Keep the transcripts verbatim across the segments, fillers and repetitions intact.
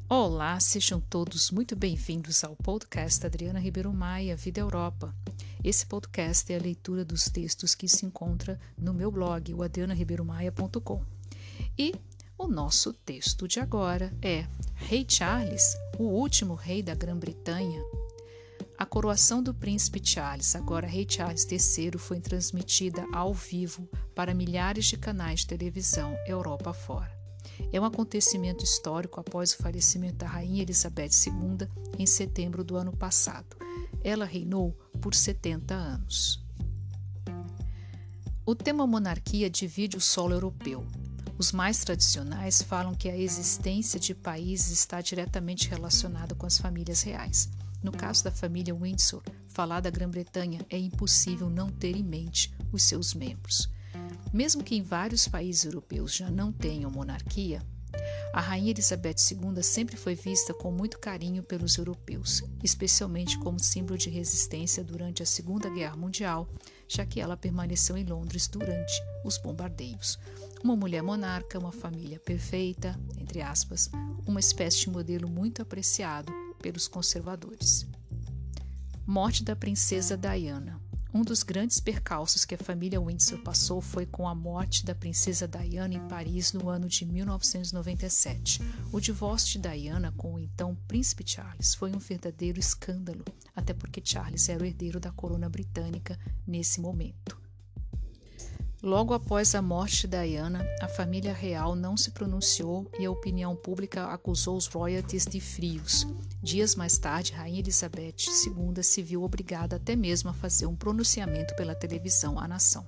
Olá, sejam todos muito bem-vindos ao podcast Adriana Ribeiro Maia, Vida Europa. Esse podcast é a leitura dos textos que se encontra no meu blog, o adriana ribeiro maia ponto com. E o nosso texto de agora é Rei Charles, o último rei da Grã-Bretanha. A coroação do príncipe Charles, agora Rei Charles terceiro, foi transmitida ao vivo para milhares de canais de televisão Europa afora. É um acontecimento histórico após o falecimento da Rainha Elizabeth segunda em setembro do ano passado. Ela reinou por setenta anos. O tema monarquia divide o solo europeu. Os mais tradicionais falam que a existência de países está diretamente relacionada com as famílias reais. No caso da família Windsor, falar da Grã-Bretanha é impossível não ter em mente os seus membros. Mesmo que em vários países europeus já não tenham monarquia, a Rainha Elizabeth segunda sempre foi vista com muito carinho pelos europeus, especialmente como símbolo de resistência durante a Segunda Guerra Mundial, já que ela permaneceu em Londres durante os bombardeios. Uma mulher monarca, uma família perfeita, entre aspas, uma espécie de modelo muito apreciado pelos conservadores. Morte da princesa Diana. Um dos grandes percalços que a família Windsor passou foi com a morte da princesa Diana em Paris no ano de mil novecentos e noventa e sete. O divórcio de Diana com o então príncipe Charles foi um verdadeiro escândalo, até porque Charles era o herdeiro da coroa britânica nesse momento. Logo após a morte de Diana, a família real não se pronunciou e a opinião pública acusou os royalties de frios. Dias mais tarde, Rainha Elizabeth segunda se viu obrigada até mesmo a fazer um pronunciamento pela televisão à nação.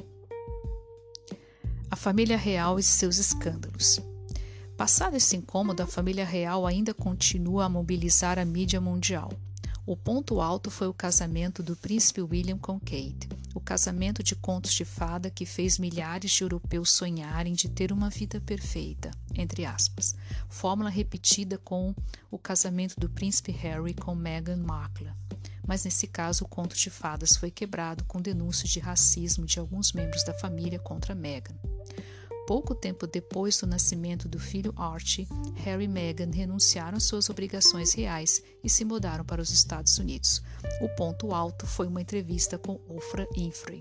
A família real e seus escândalos. Passado esse incômodo, a família real ainda continua a mobilizar a mídia mundial. O ponto alto foi o casamento do príncipe William com Kate, o casamento de contos de fada que fez milhares de europeus sonharem de ter uma vida perfeita, entre aspas, fórmula repetida com o casamento do príncipe Harry com Meghan Markle. Mas nesse caso o conto de fadas foi quebrado com denúncias de racismo de alguns membros da família contra Meghan. Pouco tempo depois do nascimento do filho Archie, Harry e Meghan renunciaram suas obrigações reais e se mudaram para os Estados Unidos. O ponto alto foi uma entrevista com Oprah Winfrey.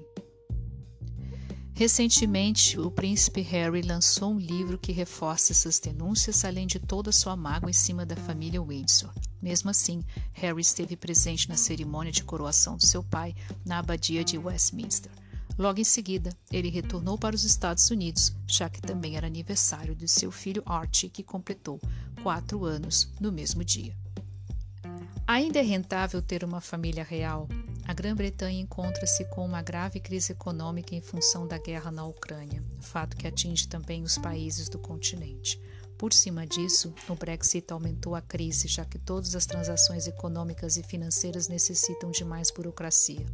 Recentemente, o príncipe Harry lançou um livro que reforça essas denúncias, além de toda sua mágoa em cima da família Windsor. Mesmo assim, Harry esteve presente na cerimônia de coroação do seu pai na abadia de Westminster. Logo em seguida, ele retornou para os Estados Unidos, já que também era aniversário de seu filho Archie, que completou quatro anos no mesmo dia. Ainda é rentável ter uma família real? A Grã-Bretanha encontra-se com uma grave crise econômica em função da guerra na Ucrânia, fato que atinge também os países do continente. Por cima disso, o Brexit aumentou a crise, já que todas as transações econômicas e financeiras necessitam de mais burocracia.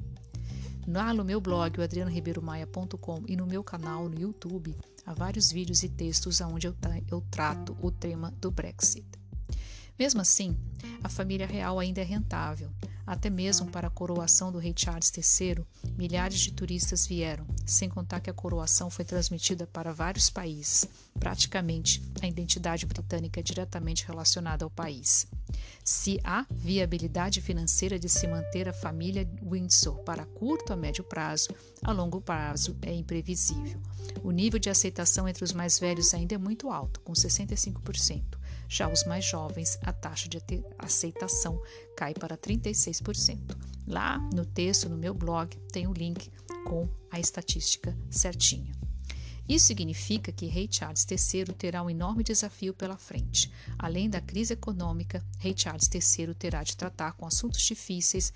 Lá no meu blog, o adriana ribeiro maia ponto com, e no meu canal no YouTube, há vários vídeos e textos onde eu, eu trato o tema do Brexit. Mesmo assim, a família real ainda é rentável. Até mesmo para a coroação do rei Charles terceiro, milhares de turistas vieram, sem contar que a coroação foi transmitida para vários países. Praticamente, a identidade britânica é diretamente relacionada ao país. Se há viabilidade financeira de se manter a família Windsor para curto a médio prazo, a longo prazo é imprevisível. O nível de aceitação entre os mais velhos ainda é muito alto, com sessenta e cinco por cento. Já os mais jovens, a taxa de aceitação cai para trinta e seis por cento. Lá no texto, no meu blog, tem o link com a estatística certinha. Isso significa que Rei Charles terceiro terá um enorme desafio pela frente. Além da crise econômica, Rei Charles terceiro terá de tratar com assuntos difíceis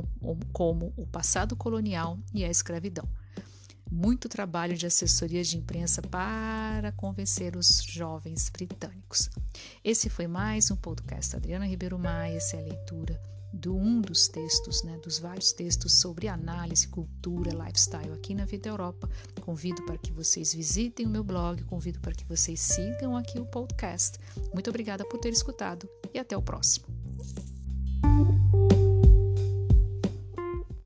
como o passado colonial e a escravidão. Muito trabalho de assessoria de imprensa para convencer os jovens britânicos. Esse foi mais um podcast Adriana Ribeiro Maia, essa é a leitura de um dos textos, né, dos vários textos sobre análise, cultura, lifestyle aqui na Vida Europa. Convido para que vocês visitem o meu blog, convido para que vocês sigam aqui o podcast. Muito obrigada por ter escutado e até o próximo.